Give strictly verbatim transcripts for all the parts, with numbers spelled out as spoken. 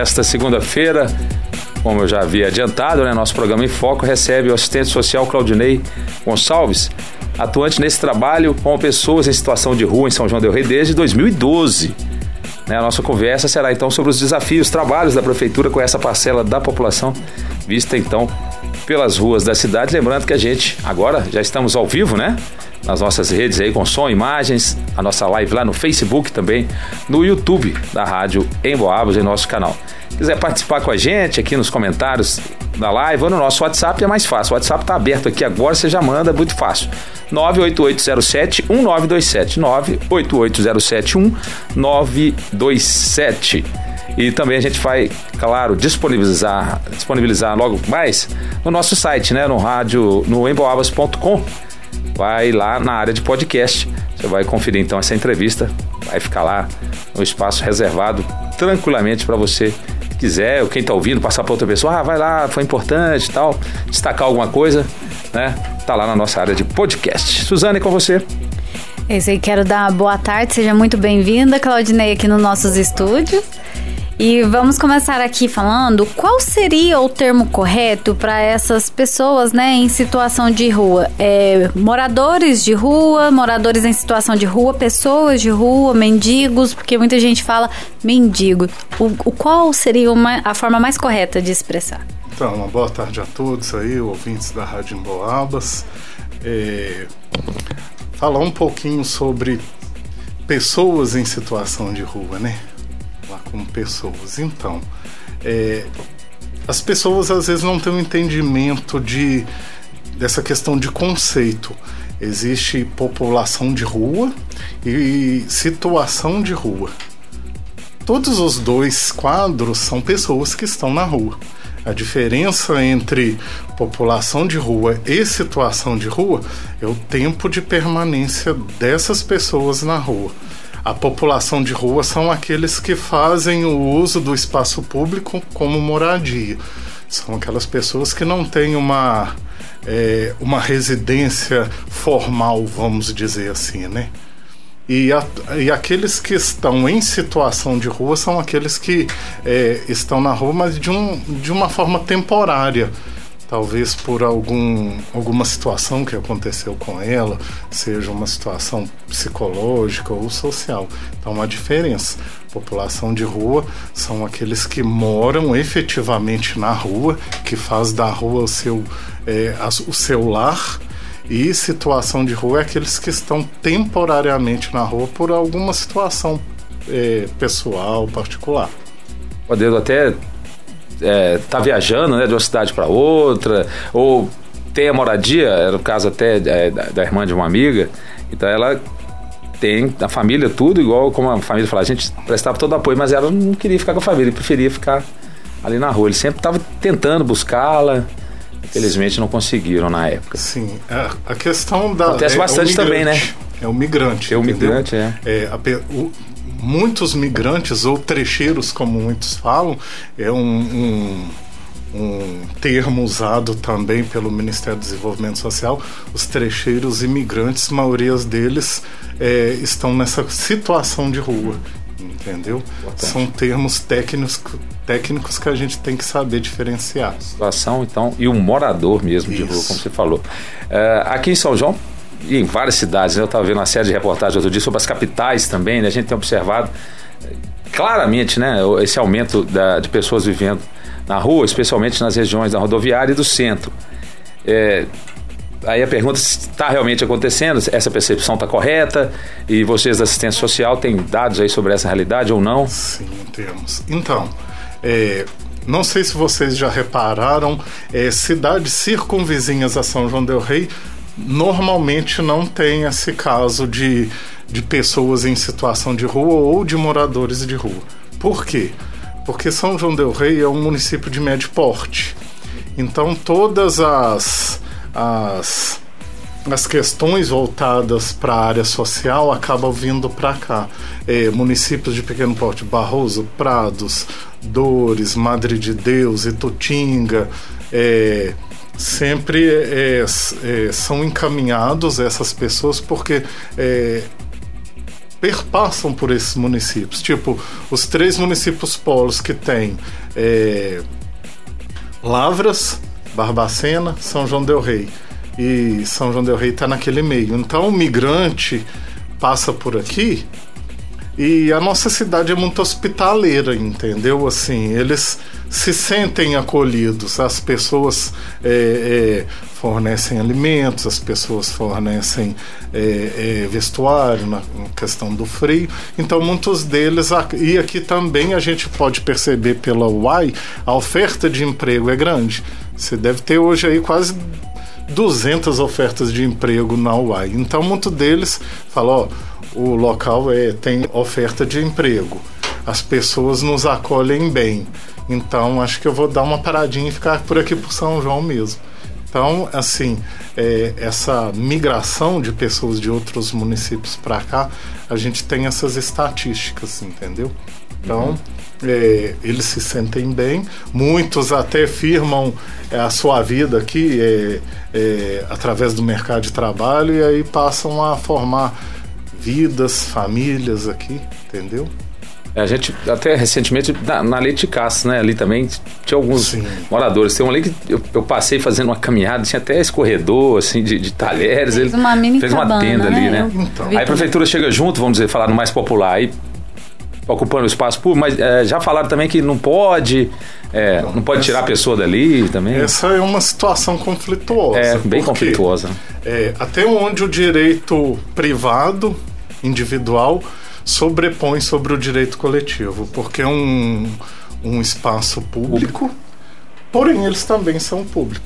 nesta segunda-feira, como eu já havia adiantado, né, nosso programa em Foco recebe o assistente social Claudinei Gonçalves, atuante nesse trabalho com pessoas em situação de rua em São João del Rei desde dois mil e doze. Né, a nossa conversa será então sobre os desafios, trabalhos da Prefeitura com essa parcela da população vista então pelas ruas da cidade. Lembrando que a gente agora já estamos ao vivo, né? Nas nossas redes aí com som, imagens, a nossa live lá no Facebook também, no YouTube da Rádio Emboabas, em nosso canal. Se quiser participar com a gente aqui nos comentários da live ou no nosso WhatsApp, é mais fácil. O WhatsApp está aberto aqui agora, você já manda, é muito fácil. nove oito oito zero sete um nove dois sete, nove oito oito zero sete um nove dois sete. E também a gente vai, claro, disponibilizar, disponibilizar logo mais no nosso site, né? No rádio, no emboabas ponto com. Vai lá na área de podcast. Você vai conferir então essa entrevista. Vai ficar lá no espaço reservado tranquilamente para você que quiser, ou quem está ouvindo, passar para outra pessoa. Ah, vai lá, foi importante e tal. Destacar alguma coisa, né? Tá lá na nossa área de podcast. Suzane, com você. Esse aí, quero dar uma boa tarde. Seja muito bem-vinda, Claudinei, aqui nos nossos estúdios. E vamos começar aqui falando qual seria o termo correto para essas pessoas, né, em situação de rua. É, moradores de rua, moradores em situação de rua, pessoas de rua, mendigos, porque muita gente fala mendigo. O, o qual seria uma, a forma mais correta de expressar? Então, uma boa tarde a todos aí, ouvintes da Rádio Emboabas. É, falar um pouquinho sobre pessoas em situação de rua, né? Como pessoas. Então, é, as pessoas às vezes não têm um entendimento de, dessa questão de conceito. Existe população de rua e situação de rua. Todos os dois quadros são pessoas que estão na rua. A diferença entre população de rua e situação de rua é o tempo de permanência dessas pessoas na rua. A população de rua são aqueles que fazem o uso do espaço público como moradia. São aquelas pessoas que não têm uma, é, uma residência formal, vamos dizer assim, né? E, a, e aqueles que estão em situação de rua são aqueles que é, estão na rua, mas de, um, de uma forma temporária. Talvez por algum, alguma situação que aconteceu com ela, seja uma situação psicológica ou social. Então, uma diferença. População de rua são aqueles que moram efetivamente na rua, que faz da rua o seu, é, o seu lar, e situação de rua é aqueles que estão temporariamente na rua por alguma situação é, pessoal, particular. Podendo até... É, tá viajando, né, de uma cidade para outra, ou tem a moradia, era o caso até é, da, da irmã de uma amiga, então ela tem a família, tudo igual como a família falava, a gente prestava todo o apoio, mas ela não queria ficar com a família, preferia ficar ali na rua. Ele sempre estava tentando buscá-la, infelizmente não conseguiram na época. Sim, a, a questão da... Acontece é, bastante é também, né? É o migrante. É o entendeu? migrante, é. é a, o, Muitos migrantes, ou trecheiros, como muitos falam, é um, um, um termo usado também pelo Ministério do Desenvolvimento Social. Os trecheiros imigrantes, a maioria deles é, estão nessa situação de rua, entendeu? Importante. São termos técnicos, técnicos que a gente tem que saber diferenciar. Situação, então, e um morador mesmo de Isso. rua, como você falou. Uh, aqui em São João, e em várias cidades, né? Eu estava vendo uma série de reportagens outro dia sobre as capitais também, né? A gente tem observado claramente, né, esse aumento da, de pessoas vivendo na rua, especialmente nas regiões da rodoviária e do centro. É, aí a pergunta se está realmente acontecendo, essa percepção está correta, e vocês da assistência social têm dados aí sobre essa realidade ou não? Sim, temos. Então, é, não sei se vocês já repararam, é, cidades circunvizinhas a São João del Rei normalmente não tem esse caso de, de pessoas em situação de rua ou de moradores de rua. Por quê? Porque São João del Rei é um município de médio porte. Então todas as, as, as questões voltadas para a área social acabam vindo para cá. É, municípios de pequeno porte, Barroso, Prados, Dores, Madre de Deus, Itutinga, é, sempre é, é, são encaminhados essas pessoas porque é, perpassam por esses municípios. Tipo, os três municípios polos que tem é, Lavras, Barbacena, São João del Rei. E São João del Rei está naquele meio. Então o migrante passa por aqui e a nossa cidade é muito hospitaleira, entendeu? Assim, eles se sentem acolhidos, as pessoas é, é, fornecem alimentos, as pessoas fornecem é, é, vestuário na questão do frio, então muitos deles, e aqui também a gente pode perceber pela U A I, a oferta de emprego é grande. Você deve ter hoje aí quase duzentas ofertas de emprego na U A I, então muitos deles falam, ó, o local é, tem oferta de emprego, as pessoas nos acolhem bem, então acho que eu vou dar uma paradinha e ficar por aqui por São João mesmo. Então, assim, é, essa migração de pessoas de outros municípios para cá, a gente tem essas estatísticas, entendeu? Então, uhum. é, eles se sentem bem, muitos até firmam é, a sua vida aqui é, é, através do mercado de trabalho e aí passam a formar vidas, famílias aqui, entendeu? A gente, até recentemente, na, na Leite Castro, né? Ali também tinha alguns Sim. moradores. Tem um ali que eu, eu passei fazendo uma caminhada, tinha até esse corredor, assim, de, de talheres. Fez ele uma mini fez cabana, uma tenda né? ali, né? Então. Aí a prefeitura chega junto, vamos dizer, falar no mais popular, aí ocupando o espaço público, mas é, já falaram também que não pode, é, então, não pode essa, tirar a pessoa dali também. Essa é uma situação conflituosa. É, bem porque, conflituosa. É, até onde o direito privado, individual, sobrepõe sobre o direito coletivo, porque é um, um espaço público, porém eles também são público.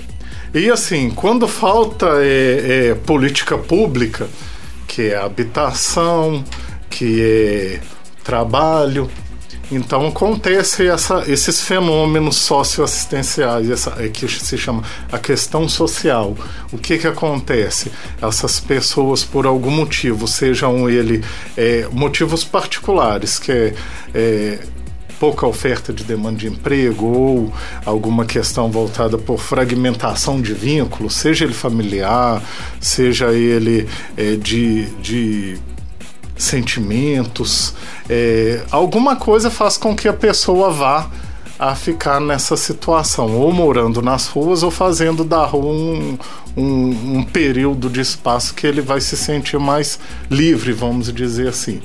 E assim, quando falta é, é, política pública, que é habitação, que é trabalho, então acontece essa, esses fenômenos socioassistenciais, essa, é, que se chama a questão social. O que que acontece? Essas pessoas, por algum motivo, sejam ele é, motivos particulares, que é, é pouca oferta de demanda de emprego ou alguma questão voltada por fragmentação de vínculos, seja ele familiar, seja ele é, de... de sentimentos, é, alguma coisa faz com que a pessoa vá a ficar nessa situação, ou morando nas ruas ou fazendo da rua um, um, um período de espaço que ele vai se sentir mais livre, vamos dizer assim.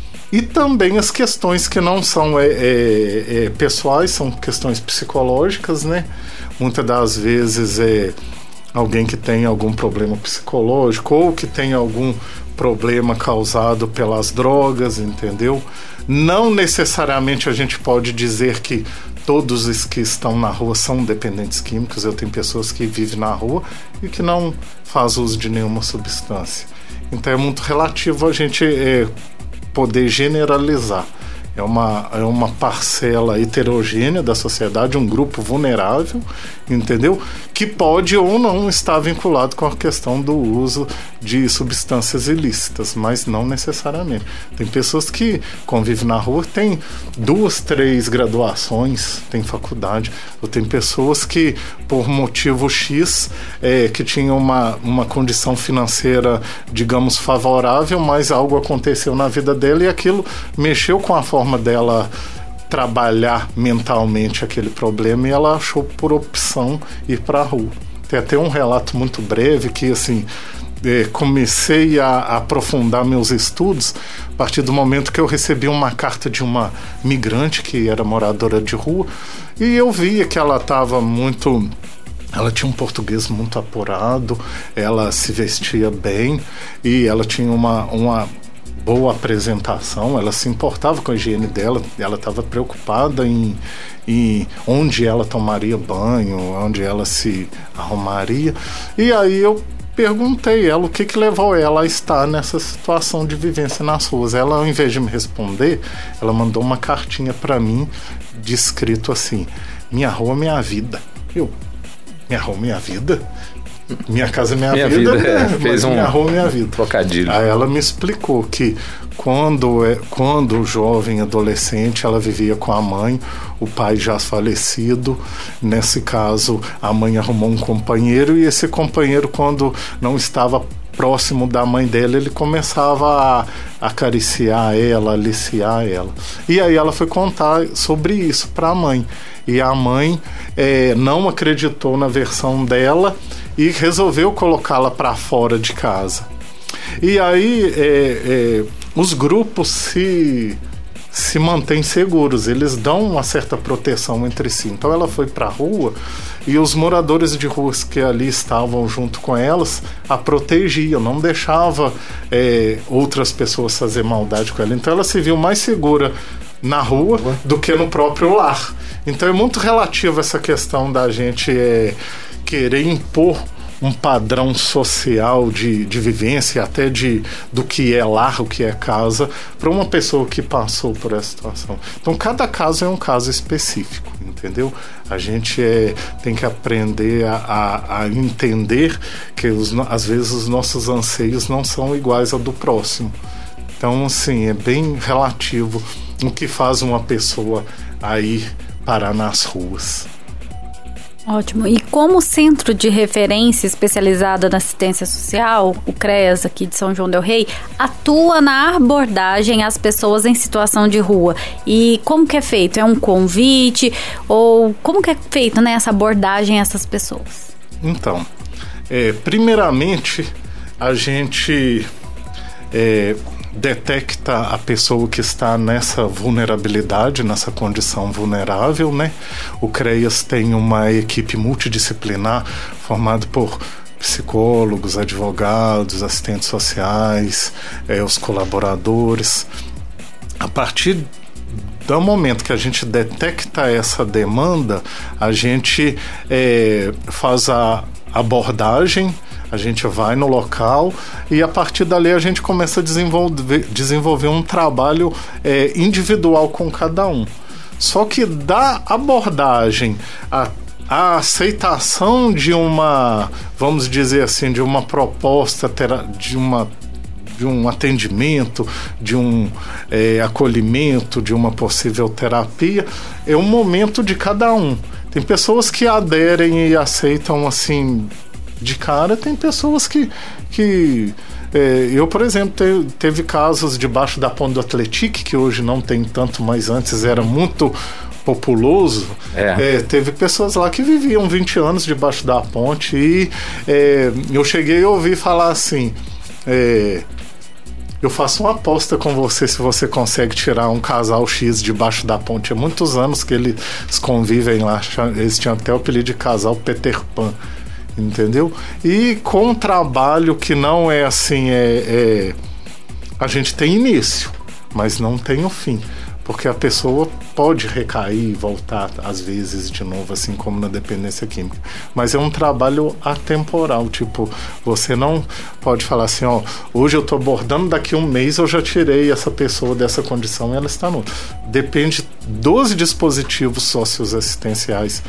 E também as questões que não são é, é, é, pessoais, são questões psicológicas, né? Muitas das vezes é alguém que tem algum problema psicológico ou que tem algum problema causado pelas drogas, entendeu? Não necessariamente a gente pode dizer que todos os que estão na rua são dependentes químicos. Eu tenho pessoas que vivem na rua e que não fazem uso de nenhuma substância. Então é muito relativo a gente é, poder generalizar. É uma, é uma parcela heterogênea da sociedade, um grupo vulnerável, entendeu? Que pode ou não estar vinculado com a questão do uso de substâncias ilícitas, mas não necessariamente. Tem pessoas que convivem na rua, tem duas, três graduações, tem faculdade, ou tem pessoas que, por motivo X, é, que tinham uma, uma condição financeira, digamos, favorável, mas algo aconteceu na vida dela e aquilo mexeu com a forma dela trabalhar mentalmente aquele problema e ela achou por opção ir para a rua. Tem até um relato muito breve que, assim, eh, comecei a, a aprofundar meus estudos a partir do momento que eu recebi uma carta de uma migrante que era moradora de rua e eu via que ela estava muito... Ela tinha um português muito apurado, ela se vestia bem e ela tinha uma... uma boa apresentação, ela se importava com a higiene dela, ela estava preocupada em, em onde ela tomaria banho, onde ela se arrumaria, e aí eu perguntei ela o que que levou ela a estar nessa situação de vivência nas ruas. Ela, ao invés de me responder, ela mandou uma cartinha para mim, descrito assim: minha rua, minha vida. Eu, minha rua, minha vida? Minha casa, minha, minha vida, vida é, fez um minha rua, minha vida. Trocadilho. Aí ela me explicou que quando, é, quando jovem, adolescente, ela vivia com a mãe, o pai já falecido. Nesse caso, a mãe arrumou um companheiro e esse companheiro, quando não estava próximo da mãe dela, ele começava a acariciar ela, aliciar ela. E aí ela foi contar sobre isso para a mãe. E a mãe é, não acreditou na versão dela e resolveu colocá-la para fora de casa. E aí é, é, os grupos se, se mantêm seguros, eles dão uma certa proteção entre si. Então ela foi para a rua e os moradores de ruas que ali estavam junto com elas a protegiam, não deixava é, outras pessoas fazer maldade com ela. Então ela se viu mais segura na rua do que no próprio lar. Então é muito relativo essa questão da gente é, querer impor um padrão social de, de vivência, até de, do que é lar, o que é casa, para uma pessoa que passou por essa situação. Então cada caso é um caso específico, entendeu? A gente é, tem que aprender a, a, a entender que os, às vezes os nossos anseios não são iguais ao do próximo. Então, assim, é bem relativo o que faz uma pessoa aí parar nas ruas. Ótimo. E como centro de referência especializado na assistência social, o CREAS aqui de São João del Rei atua na abordagem às pessoas em situação de rua. E como que é feito? É um convite? Ou como que é feito, né, essa abordagem a essas pessoas? Então, é, primeiramente, a gente é, detecta a pessoa que está nessa vulnerabilidade, nessa condição vulnerável, né? O CREAS tem uma equipe multidisciplinar formada por psicólogos, advogados, assistentes sociais, é, os colaboradores. A partir do momento que a gente detecta essa demanda, a gente é, faz a abordagem, a gente vai no local e a partir dali a gente começa a desenvolver, desenvolver um trabalho é, individual com cada um. Só que da abordagem a, a aceitação de uma, vamos dizer assim, de uma proposta, de uma de um atendimento, de um é, acolhimento, de uma possível terapia, é um momento de cada um. Tem pessoas que aderem e aceitam assim de cara, tem pessoas que, que é, eu, por exemplo, te, teve casos debaixo da ponte do Atletique, que hoje não tem tanto, mas antes era muito populoso. É. É, teve pessoas lá que viviam vinte anos debaixo da ponte e é, eu cheguei a ouvir falar assim, é, eu faço uma aposta com você se você consegue tirar um casal X debaixo da ponte. Há muitos anos que eles convivem lá, eles tinham até o apelido de casal Peter Pan, entendeu? E com um trabalho que não é assim, é, é, a gente tem início, mas não tem o fim, porque a pessoa pode recair e voltar às vezes de novo, assim como na dependência química, mas é um trabalho atemporal, tipo, você não pode falar assim, ó, hoje eu tô abordando, daqui a um mês eu já tirei essa pessoa dessa condição e ela está no... Depende dos dispositivos socioassistenciais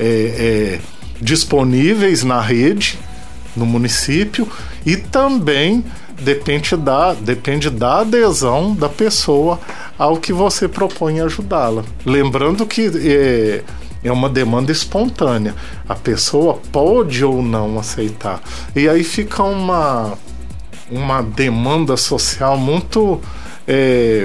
é, é, disponíveis na rede, no município, e também depende da, depende da adesão da pessoa ao que você propõe ajudá-la. Lembrando que é, é uma demanda espontânea. A pessoa pode ou não aceitar. E aí fica uma, uma demanda social muito é,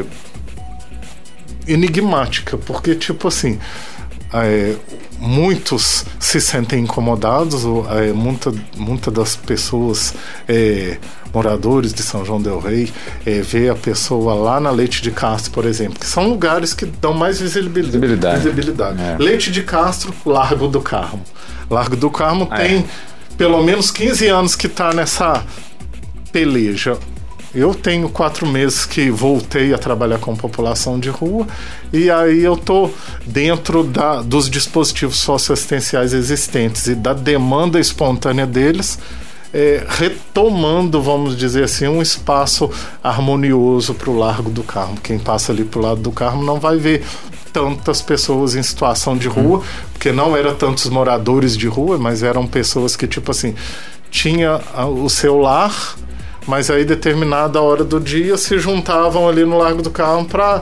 enigmática, porque, tipo assim, é, muitos se sentem incomodados, é, muita, muita das pessoas, é, moradores de São João del Rei, é, vê a pessoa lá na Leite de Castro, por exemplo, que são lugares que dão mais visibilidade. visibilidade. visibilidade. É. Leite de Castro, Largo do Carmo. Largo do Carmo ah, tem é. pelo menos quinze anos que está nessa peleja. Eu tenho quatro meses que voltei a trabalhar com população de rua e aí eu tô dentro da, dos dispositivos socioassistenciais existentes e da demanda espontânea deles, é, retomando, vamos dizer assim, um espaço harmonioso para o Largo do Carmo. Quem passa ali para o lado do Carmo não vai ver tantas pessoas em situação de rua, porque não eram tantos moradores de rua, mas eram pessoas que, tipo assim, tinha o seu lar, mas aí determinada hora do dia se juntavam ali no Largo do Carmo para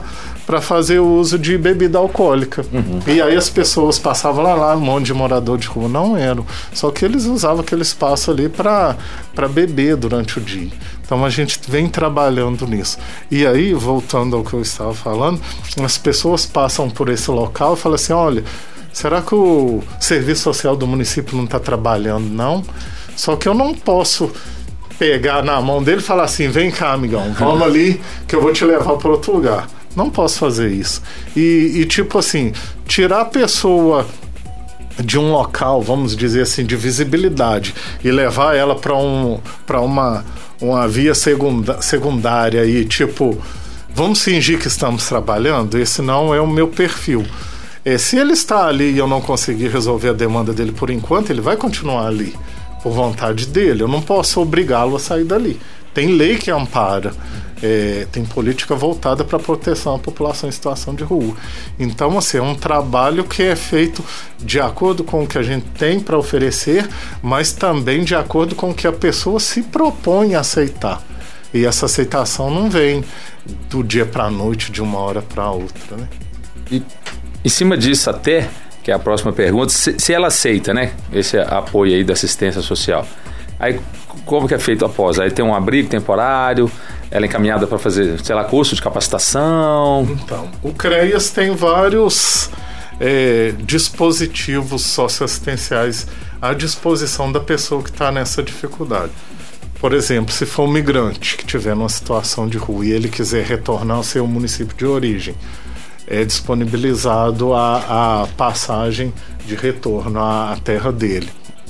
para fazer o uso de bebida alcoólica. Uhum. E aí as pessoas passavam lá, lá, um monte de morador de rua. Não eram. Só que eles usavam aquele espaço ali para para beber durante o dia. Então a gente vem trabalhando nisso. E aí, voltando ao que eu estava falando, as pessoas passam por esse local e falam assim, olha, será que o serviço social do município não está trabalhando? Não. Só que eu não posso pegar na mão dele e falar assim, vem cá, amigão, vamos ali que eu vou te levar para outro lugar. Não posso fazer isso. E, e tipo assim, tirar a pessoa de um local, vamos dizer assim, de visibilidade e levar ela para um, para uma, uma via segunda, secundária e tipo, vamos fingir que estamos trabalhando, esse não é o meu perfil. É, se ele está ali e eu não conseguir resolver a demanda dele por enquanto, ele vai continuar ali por vontade dele. Eu não posso obrigá-lo a sair dali. Tem lei que ampara, é, tem política voltada para a proteção à população em situação de rua. Então, assim, é um trabalho que é feito de acordo com o que a gente tem para oferecer, mas também de acordo com o que a pessoa se propõe a aceitar. E essa aceitação não vem do dia para a noite, de uma hora para outra, né? E em cima disso até, que é a próxima pergunta, se, se ela aceita, né, esse apoio aí da assistência social, aí como que é feito após? Aí tem um abrigo temporário, ela é encaminhada para fazer, sei lá, curso de capacitação? Então, o CREAS tem vários é, dispositivos socioassistenciais à disposição da pessoa que está nessa dificuldade. Por exemplo, se for um migrante que estiver numa situação de rua e ele quiser retornar ao seu município de origem, é disponibilizado a, a passagem de retorno à, à terra dele.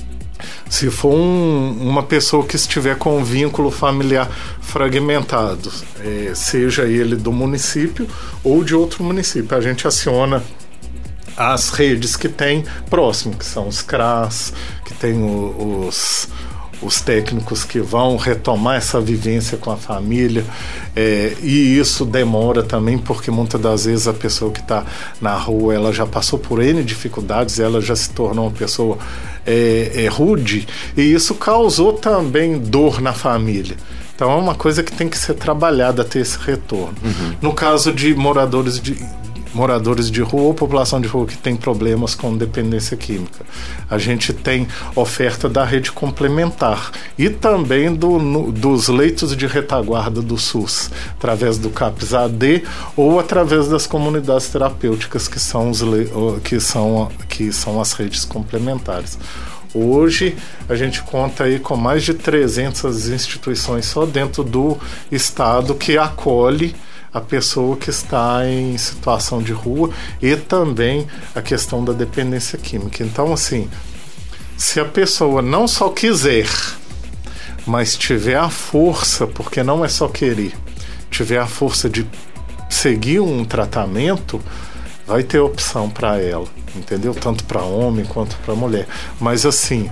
Se for um, uma pessoa que estiver com um vínculo familiar fragmentado, é, seja ele do município ou de outro município, a gente aciona as redes que tem próximo, que são os C R A S, que tem o, os... os técnicos que vão retomar essa vivência com a família, é, e isso demora também porque muitas das vezes a pessoa que está na rua, ela já passou por N dificuldades, ela já se tornou uma pessoa é, é, rude, e isso causou também dor na família. Então é uma coisa que tem que ser trabalhada até esse retorno. Uhum. No caso de moradores de moradores de rua ou população de rua que tem problemas com dependência química, a gente tem oferta da rede complementar e também do, no, dos leitos de retaguarda do SUS, através do CAPS A D ou através das comunidades terapêuticas, que são, os, que são, que são as redes complementares. Hoje a gente conta aí com mais de trezentas instituições só dentro do estado que acolhe a pessoa que está em situação de rua e também a questão da dependência química. Então, assim, se a pessoa não só quiser, mas tiver a força, porque não é só querer, tiver a força de seguir um tratamento, vai ter opção para ela, entendeu? Tanto para homem quanto para mulher. Mas, assim,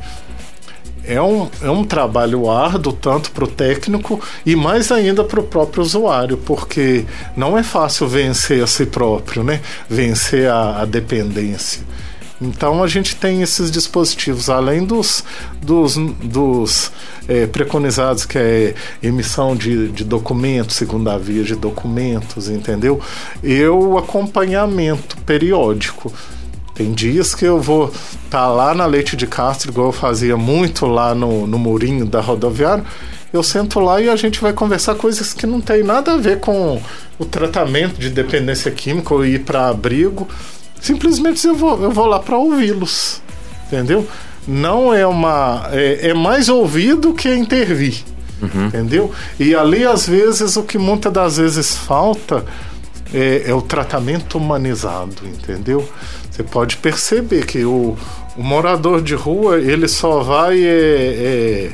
É um, é um trabalho árduo tanto para o técnico e mais ainda para o próprio usuário, porque não é fácil vencer a si próprio, né? Vencer a, a dependência. Então a gente tem esses dispositivos, além dos, dos, dos é, preconizados, que é emissão de, de documentos, segunda via de documentos, entendeu? E o acompanhamento periódico. Tem dias que eu vou estar tá lá na Leite de Castro, igual eu fazia muito lá no, no murinho da rodoviária. Eu sento lá e a gente vai conversar coisas que não tem nada a ver com o tratamento de dependência química ou ir para abrigo. Simplesmente eu vou, eu vou lá para ouvi-los, entendeu? Não é uma... É, é mais ouvir do que intervir, uhum. entendeu? E ali, às vezes, o que muitas das vezes falta é, é o tratamento humanizado, entendeu? Você pode perceber que o, o morador de rua, ele só vai é,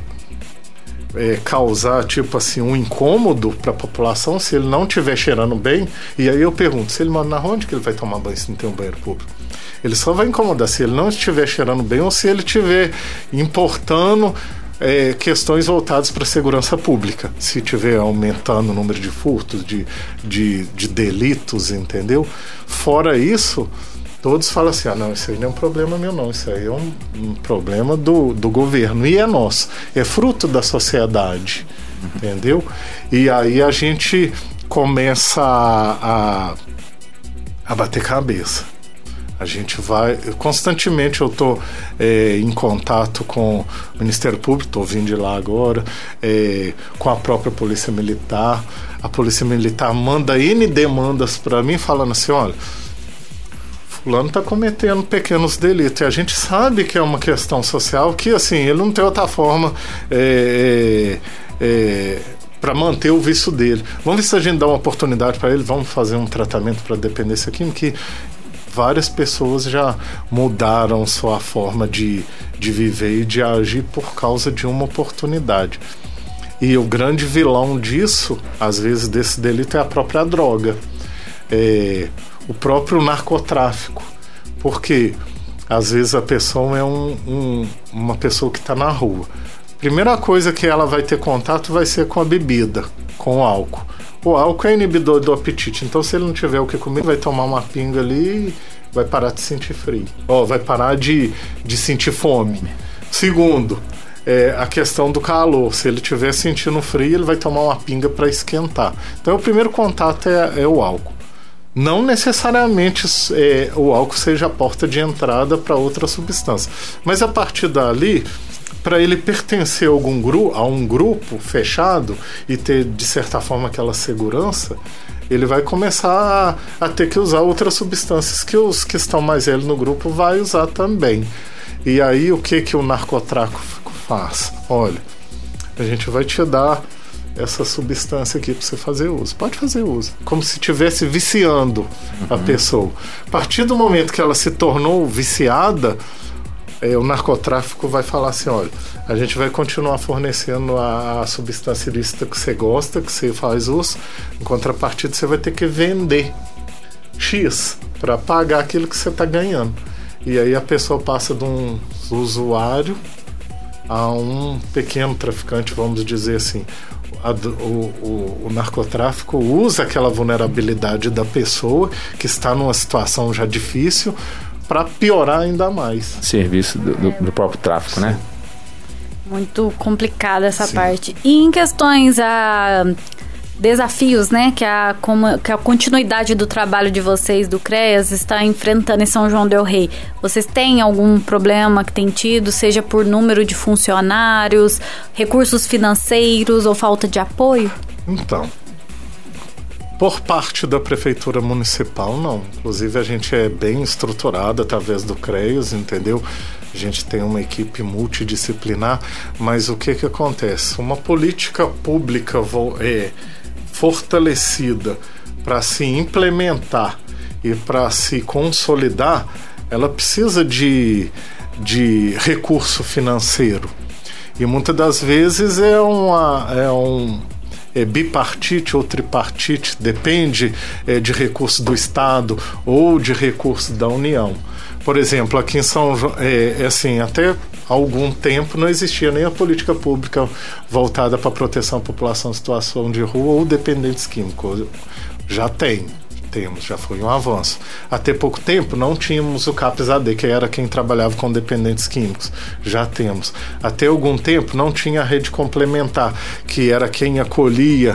é, é, causar, tipo assim, um incômodo para a população se ele não estiver cheirando bem. E aí eu pergunto, se ele mora na rua, onde que ele vai tomar banho se não tem um banheiro público? Ele só vai incomodar se ele não estiver cheirando bem ou se ele estiver importando é, questões voltadas para a segurança pública. Se estiver aumentando o número de furtos, de, de, de delitos, entendeu? Fora isso... Todos falam assim, ah, não, isso aí não é um problema meu não, isso aí é um, um problema do, do governo, e é nosso, é fruto da sociedade, uhum. entendeu? E aí a gente começa a, a a bater cabeça. A gente vai, constantemente eu estou é, em contato com o Ministério Público, estou vindo de lá agora, é, com a própria Polícia Militar. A Polícia Militar manda N demandas para mim, falando assim, olha, fulano está cometendo pequenos delitos. E a gente sabe que é uma questão social, que assim, ele não tem outra forma é, é, é, para manter o vício dele. Vamos ver se a gente dá uma oportunidade para ele, vamos fazer um tratamento para dependência química, que várias pessoas já mudaram sua forma de, de viver e de agir por causa de uma oportunidade. E o grande vilão disso, às vezes desse delito, é a própria droga, é, o próprio narcotráfico, porque às vezes a pessoa é um, um, uma pessoa que está na rua. Primeira coisa que ela vai ter contato vai ser com a bebida, com o álcool. O álcool é inibidor do apetite, então se ele não tiver o que comer, vai tomar uma pinga ali e vai parar de sentir frio. Ó, vai parar de, de sentir fome. Segundo, é a questão do calor. Se ele estiver sentindo frio, ele vai tomar uma pinga para esquentar. Então o primeiro contato é, é o álcool. Não necessariamente é, o álcool seja a porta de entrada para outra substância, mas a partir dali, para ele pertencer a, algum gru- a um grupo fechado e ter, de certa forma, aquela segurança, ele vai começar a, a ter que usar outras substâncias que os que estão mais velhos no grupo vai usar também. E aí, o que, que o narcotráfico faz? Olha, a gente vai te dar essa substância aqui para você fazer uso. Pode fazer uso. Como se estivesse viciando uhum. a pessoa. A partir do momento que ela se tornou viciada, É, o narcotráfico vai falar assim, olha, a gente vai continuar fornecendo a, a substância ilícita que você gosta, que você faz uso, em contrapartida você vai ter que vender X para pagar aquilo que você está ganhando. E aí a pessoa passa de um usuário a um pequeno traficante, vamos dizer assim. A, o, o, o narcotráfico usa aquela vulnerabilidade da pessoa que está numa situação já difícil para piorar ainda mais. Serviço do, do, do próprio tráfico, Sim. né? Muito complicada essa Sim. parte. E em questões a desafios, né, que a, como, que a continuidade do trabalho de vocês do CREAS está enfrentando em São João del Rei, vocês têm algum problema que tem tido, seja por número de funcionários, recursos financeiros ou falta de apoio? Então, por parte da Prefeitura Municipal, não. Inclusive, a gente é bem estruturado através do CREAS, entendeu? A gente tem uma equipe multidisciplinar, mas o que que acontece? Uma política pública é, fortalecida para se implementar e para se consolidar, ela precisa de, de recurso financeiro. E muitas das vezes é, uma, é um... É bipartite ou tripartite, depende é, de recurso do Estado ou de recurso da União. Por exemplo, aqui em São João, é, é assim, até algum tempo não existia nem a política pública voltada para a proteção à população em situação de rua ou dependentes químicos. Já tem. Temos, já foi um avanço. Até pouco tempo não tínhamos o CAPS-A D, que era quem trabalhava com dependentes químicos. Já temos. Até algum tempo não tinha a rede complementar, que era quem acolhia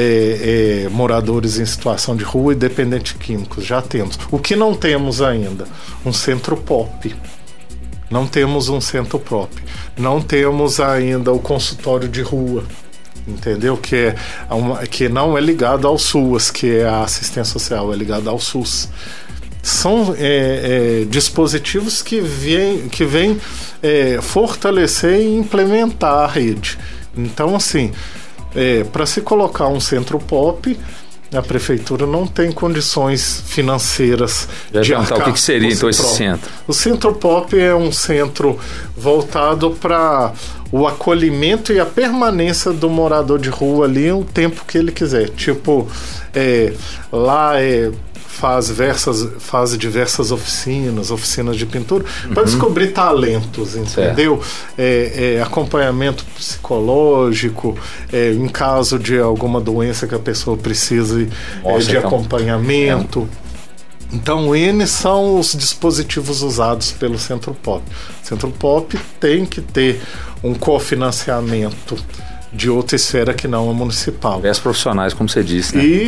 é, é, moradores em situação de rua e dependentes químicos. Já temos. O que não temos ainda? Um centro P O P. Não temos um centro P O P. Não temos ainda o consultório de rua. Entendeu? Que, é uma, que não é ligado ao SUAS, que é a assistência social, é ligado ao SUS. São é, é, dispositivos que vêm que vem, é, fortalecer e implementar a rede. Então, assim, é, para se colocar um centro P O P, a prefeitura não tem condições financeiras Já de arcar. O que, que seria então esse centro? O centro P O P é um centro voltado para o acolhimento e a permanência do morador de rua ali o tempo que ele quiser. Tipo, é, lá é, faz, versas, faz diversas oficinas, oficinas de pintura, uhum. para descobrir talentos, entendeu? É, é, acompanhamento psicológico, é, em caso de alguma doença que a pessoa precise Nossa, é, de então, acompanhamento. É. Então, N são os dispositivos usados pelo Centro P O P. O Centro P O P tem que ter um cofinanciamento de outra esfera que não a municipal. E as profissionais, como você disse, né? E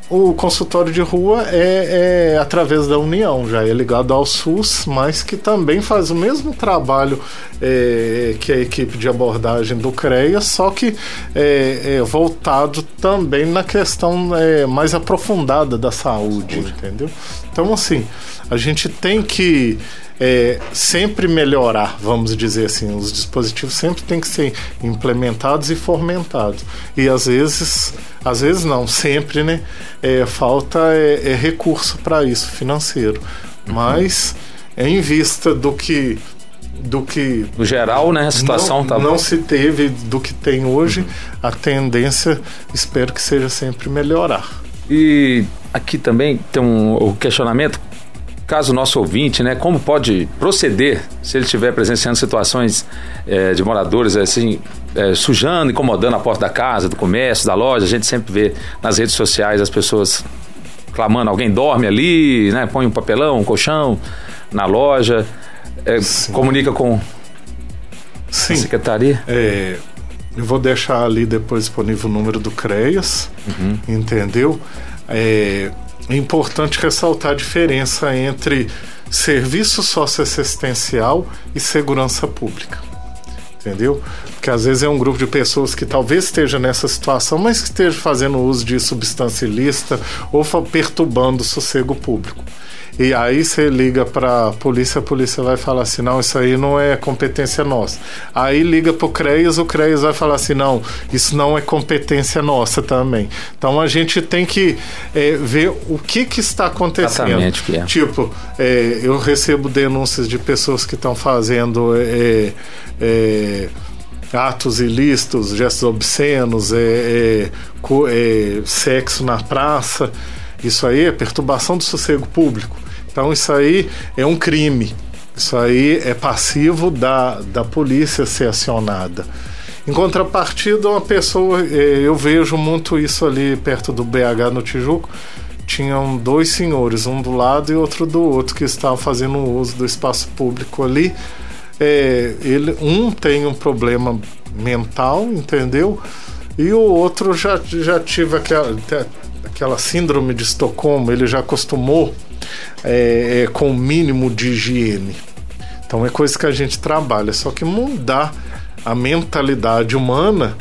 o consultório de rua é, é através da União, já é ligado ao SUS, mas que também faz o mesmo trabalho é, que a equipe de abordagem do CREAS, só que é, é voltado também na questão é, mais aprofundada da saúde, entendeu? Então, assim, a gente tem que É, sempre melhorar, vamos dizer assim, os dispositivos sempre têm que ser implementados e fomentados, e às vezes, às vezes não, sempre, né, é, falta é, é recurso para isso, financeiro, uhum. mas em vista do que do que no geral, né, a situação não, tá... não se teve do que tem hoje, uhum. a tendência, espero que seja sempre melhorar. E aqui também tem um, um questionamento. Caso o nosso ouvinte, né, como pode proceder se ele estiver presenciando situações é, de moradores assim, é, sujando, incomodando a porta da casa, do comércio, da loja. A gente sempre vê nas redes sociais as pessoas clamando, alguém dorme ali, né, põe um papelão, um colchão na loja, é, comunica com Sim. a secretaria. É, eu vou deixar ali depois disponível o número do CREAS, uhum. entendeu? É... É importante ressaltar a diferença entre serviço socioassistencial e segurança pública, entendeu? Porque às vezes é um grupo de pessoas que talvez esteja nessa situação, mas que esteja fazendo uso de substância ilícita ou perturbando o sossego público. E aí você liga para a polícia, a polícia vai falar assim, não, isso aí não é competência nossa. Aí liga para o CREAS, o CREAS vai falar assim, não, isso não é competência nossa também. Então a gente tem que é, ver o que, que está acontecendo. Exatamente o que é. Tipo, é, eu recebo denúncias de pessoas que estão fazendo é, é, atos ilícitos, gestos obscenos, é, é, co, é, sexo na praça. Isso aí é perturbação do sossego público. Então isso aí é um crime. Isso aí é passivo da, da polícia ser acionada. Em contrapartida, uma pessoa, eu vejo muito isso ali perto do B H no Tijuco, tinham dois senhores, um do lado e outro do outro, que estavam fazendo uso do espaço público ali. É, ele, um tem um problema mental, entendeu? E o outro já, já tive aquela... aquela síndrome de Estocolmo, ele já acostumou é, é, com o mínimo de higiene. Então é coisa que a gente trabalha, só que mudar a mentalidade humana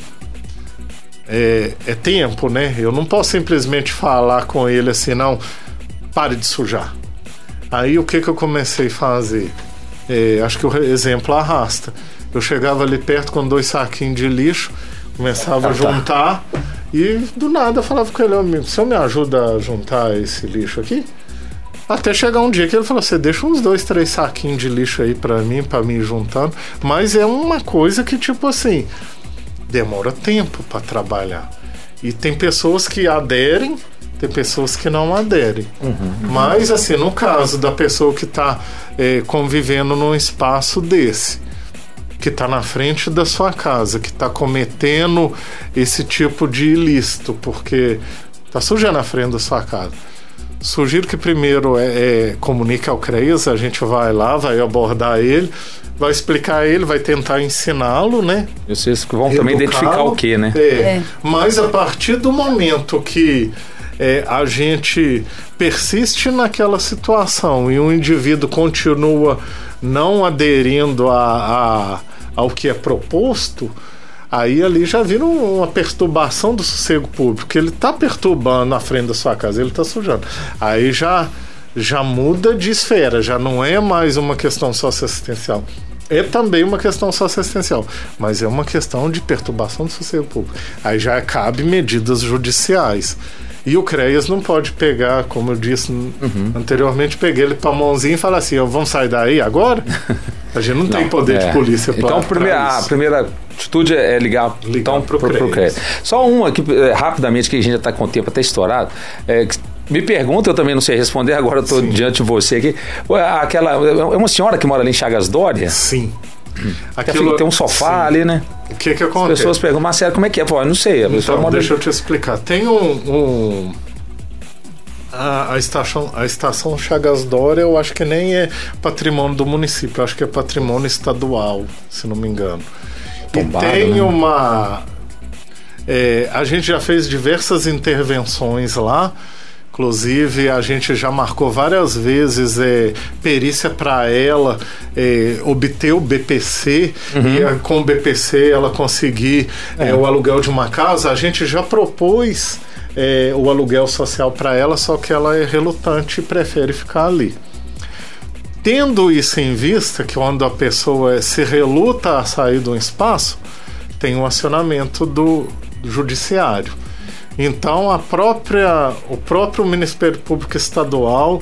é, é tempo, né? Eu não posso simplesmente falar com ele assim, não, pare de sujar. Aí o que que eu comecei a fazer? É, acho que o exemplo arrasta. Eu chegava ali perto com dois saquinhos de lixo, começava a juntar e do nada eu falava com ele, amigo, o senhor me ajuda a juntar esse lixo aqui? Até chegar um dia que ele falou, você deixa uns dois, três saquinhos de lixo aí pra mim, pra mim ir juntando. Mas é uma coisa que, tipo assim, demora tempo pra trabalhar. E tem pessoas que aderem, tem pessoas que não aderem. Uhum, uhum. Mas, assim, no caso da pessoa que tá é, convivendo num espaço desse, que está na frente da sua casa, que está cometendo esse tipo de ilícito, porque está sujando na frente da sua casa. Sugiro que primeiro é, é, comunique ao CREAS, a gente vai lá, vai abordar ele, vai explicar a ele, vai tentar ensiná-lo, né? E vocês vão também identificar o que, né? É, é. Mas a partir do momento que é, a gente persiste naquela situação e o indivíduo continua não aderindo a, a, ao que é proposto, aí ali já vira uma perturbação do sossego público. Ele está perturbando na frente da sua casa, ele está sujando. Aí já, já muda de esfera, já não é mais uma questão socioassistencial. É também uma questão socioassistencial, mas é uma questão de perturbação do sossego público. Aí já cabe medidas judiciais. E o CREAS não pode pegar, como eu disse uhum. anteriormente, peguei ele para a mãozinha e falar assim, vamos sair daí agora? A gente não, não tem poder é. de polícia para Então primeira, a primeira atitude é ligar, ligar então, para o CREAS. CREAS. Só uma aqui, rapidamente, que a gente já está com o tempo até estourado. É, me pergunta, eu também não sei responder, agora eu estou diante de você aqui. Aquela, é uma senhora que mora ali em Chagas Dória? Sim. Aquilo, tem um sofá sim. ali, né? O que que acontece? As pessoas perguntam, Marcelo, como é que é? Pô, eu não sei. A então, mora... deixa eu te explicar. Tem um... um... A, a, estação, a estação Chagas Dória, eu acho que nem é patrimônio do município, eu acho que é patrimônio estadual, se não me engano. Tombado, e tem né? uma... É, a gente já fez diversas intervenções lá. Inclusive, a gente já marcou várias vezes é, perícia para ela é, obter o B P C, uhum. e com o B P C ela conseguir é. É, o aluguel de uma casa. A gente já propôs é, o aluguel social para ela, só que ela é relutante e prefere ficar ali. Tendo isso em vista, que quando a pessoa se reluta a sair de um espaço, tem um acionamento do, do judiciário. Então, a própria, o próprio Ministério Público Estadual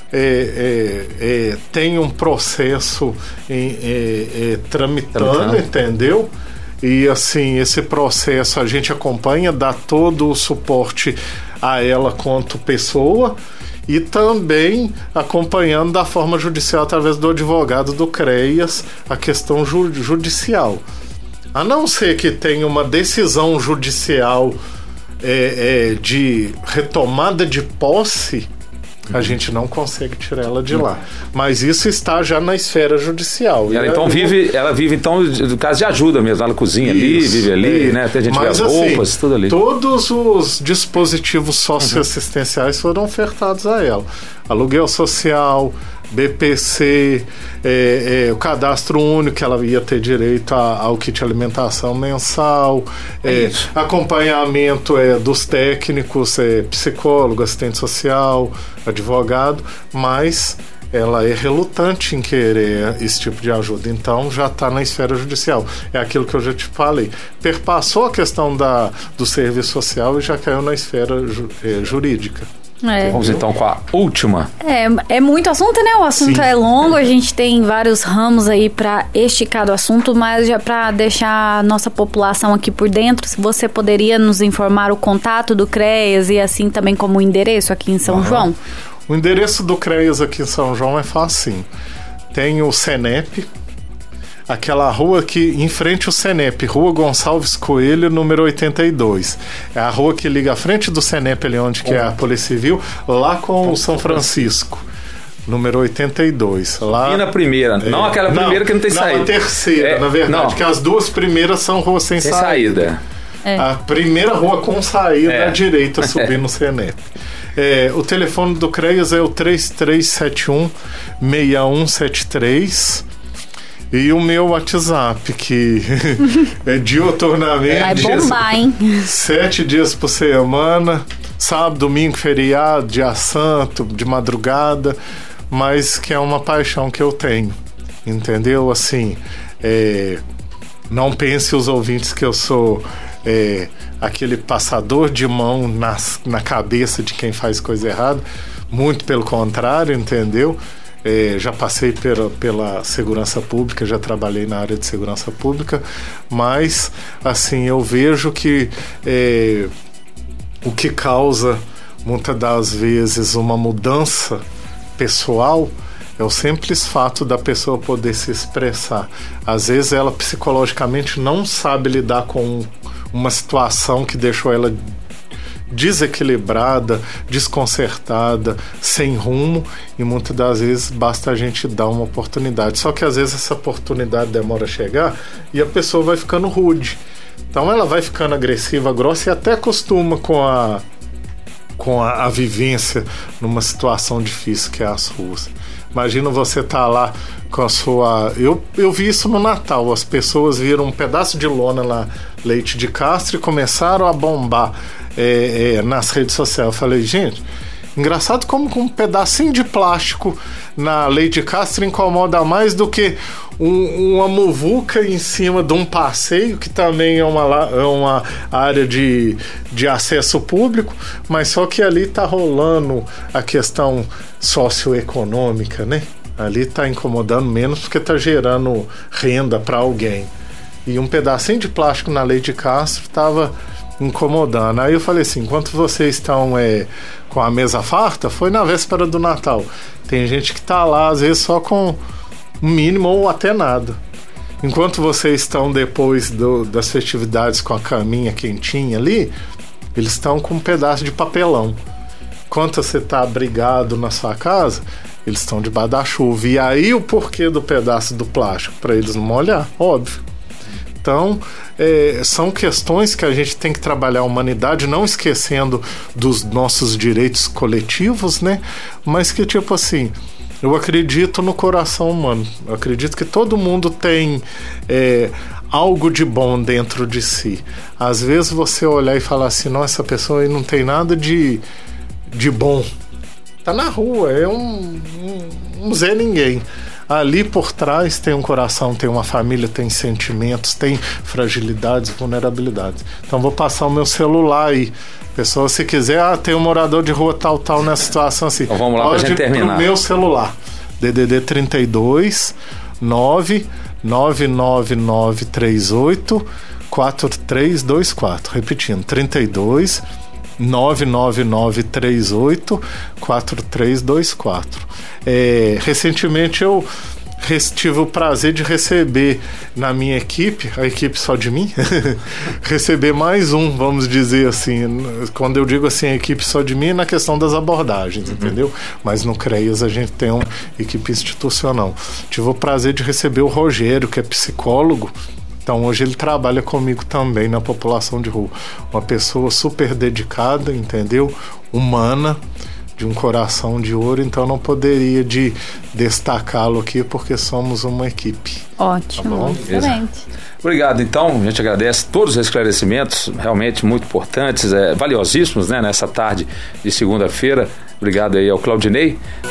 é, é, é, tem um processo em, é, é, tramitando, tramitando, entendeu? E, assim, esse processo a gente acompanha, dá todo o suporte a ela quanto pessoa e também acompanhando da forma judicial, através do advogado do CREAS, a questão ju- judicial. A não ser que tenha uma decisão judicial É, é, de retomada de posse, uhum. a gente não consegue tirar ela de uhum. lá. Mas isso está já na esfera judicial. E ela, então, vive, ela vive, então, no caso de ajuda mesmo. Ela cozinha isso, ali, vive ali, é. né? Tem gente que vê as roupas, assim, tudo ali. Todos os dispositivos socioassistenciais uhum. foram ofertados a ela. Aluguel social, B P C, é, é, o cadastro único, que ela ia ter direito a, ao kit alimentação mensal, é, acompanhamento é, dos técnicos, é, psicólogo, assistente social, advogado, mas ela é relutante em querer esse tipo de ajuda, então já está na esfera judicial. É aquilo que eu já te falei, perpassou a questão da, do serviço social e já caiu na esfera ju, é, jurídica. É. Vamos então com a última. É, é muito assunto, né? O assunto Sim. é longo, a gente tem vários ramos aí para esticar do assunto, mas já para deixar a nossa população aqui por dentro, se você poderia nos informar o contato do CREAS e assim também como o endereço aqui em São uhum. João? O endereço do CREAS aqui em São João é fácil. Tem o Senep, aquela rua que em frente ao Senep, Rua Gonçalves Coelho, número oitenta e dois. É a rua que liga à frente do Senep, ali onde que é a Polícia Civil, lá com o São Francisco, número oitenta e dois. Lá, e na primeira, é, não aquela primeira não, que não tem saída. Não, a terceira, é, na verdade, não. que as duas primeiras são ruas sem, sem saída. saída. É. A primeira rua com saída é. à direita, subindo no Senep. É, o telefone do CREAS é o três três sete um, seis um sete três. E o meu WhatsApp, que é diuturnamente. Vai bombar, hein? Sete dias por semana, sábado, domingo, feriado, dia santo, de madrugada, mas que é uma paixão que eu tenho, entendeu? Assim, é, não pense os ouvintes que eu sou é, aquele passador de mão nas, na cabeça de quem faz coisa errada, muito pelo contrário, entendeu? É, já passei pela, pela segurança pública, já trabalhei na área de segurança pública, mas assim, eu vejo que é, o que causa muitas das vezes uma mudança pessoal é o simples fato da pessoa poder se expressar. Às vezes ela psicologicamente não sabe lidar com uma situação que deixou ela desequilibrada, desconcertada, sem rumo, e muitas das vezes basta a gente dar uma oportunidade. Só que às vezes essa oportunidade demora a chegar e a pessoa vai ficando rude. Então ela vai ficando agressiva, grossa e até acostuma com a, com a, a vivência numa situação difícil que é as ruas. Imagina você estar tá lá com a sua... Eu, eu vi isso no Natal, as pessoas viram um pedaço de lona lá, Leite de Castro, e começaram a bombar É, é, nas redes sociais. Eu falei, gente, engraçado como com um pedacinho de plástico na Leite de Castro incomoda mais do que um, uma muvuca em cima de um passeio, que também é uma, é uma área de, de acesso público, mas só que ali tá rolando a questão socioeconômica, né? Ali tá incomodando menos porque tá gerando renda para alguém. E um pedacinho de plástico na Leite de Castro tava incomodando. Aí eu falei assim, enquanto vocês estão é, com a mesa farta, foi na véspera do Natal. Tem gente que tá lá, às vezes, só com um mínimo ou até nada. Enquanto vocês estão depois do, das festividades com a caminha quentinha ali, eles estão com um pedaço de papelão. Enquanto você tá abrigado na sua casa, eles estão debaixo da chuva. E aí o porquê do pedaço do plástico? Para eles não molhar, óbvio. Então, é, são questões que a gente tem que trabalhar a humanidade, não esquecendo dos nossos direitos coletivos, né? Mas que, tipo assim, eu acredito no coração humano. Eu acredito que todo mundo tem é, algo de bom dentro de si. Às vezes você olhar e falar assim, nossa, essa pessoa aí não tem nada de, de bom. Tá na rua, é um, um, um Zé Ninguém. Ali por trás tem um coração, tem uma família, tem sentimentos, tem fragilidades, vulnerabilidades. Então vou passar o meu celular aí. Pessoal, se quiser, ah, tem um morador de rua tal, tal, nessa situação assim. Então vamos lá pra gente terminar. Pro meu celular. D D D trinta e dois, nove nove nove nove três oito, quatro três dois quatro. Repetindo, trinta e dois, nove nove nove três oito, quatro três dois quatro. É, recentemente eu tive o prazer de receber na minha equipe, a equipe só de mim, receber mais um, vamos dizer assim, quando eu digo assim, a equipe só de mim, na questão das abordagens, uhum. entendeu? Mas no CREAS a gente tem uma equipe institucional. Tive o prazer de receber o Rogério, que é psicólogo. Então hoje ele trabalha comigo também na população de rua. Uma pessoa super dedicada, entendeu? Humana, de um coração de ouro, então não poderia de destacá-lo aqui porque somos uma equipe. Ótimo, tá excelente. Obrigado, então, a gente agradece todos os esclarecimentos, realmente muito importantes, é, valiosíssimos, né, nessa tarde de segunda-feira. Obrigado aí ao Claudinei.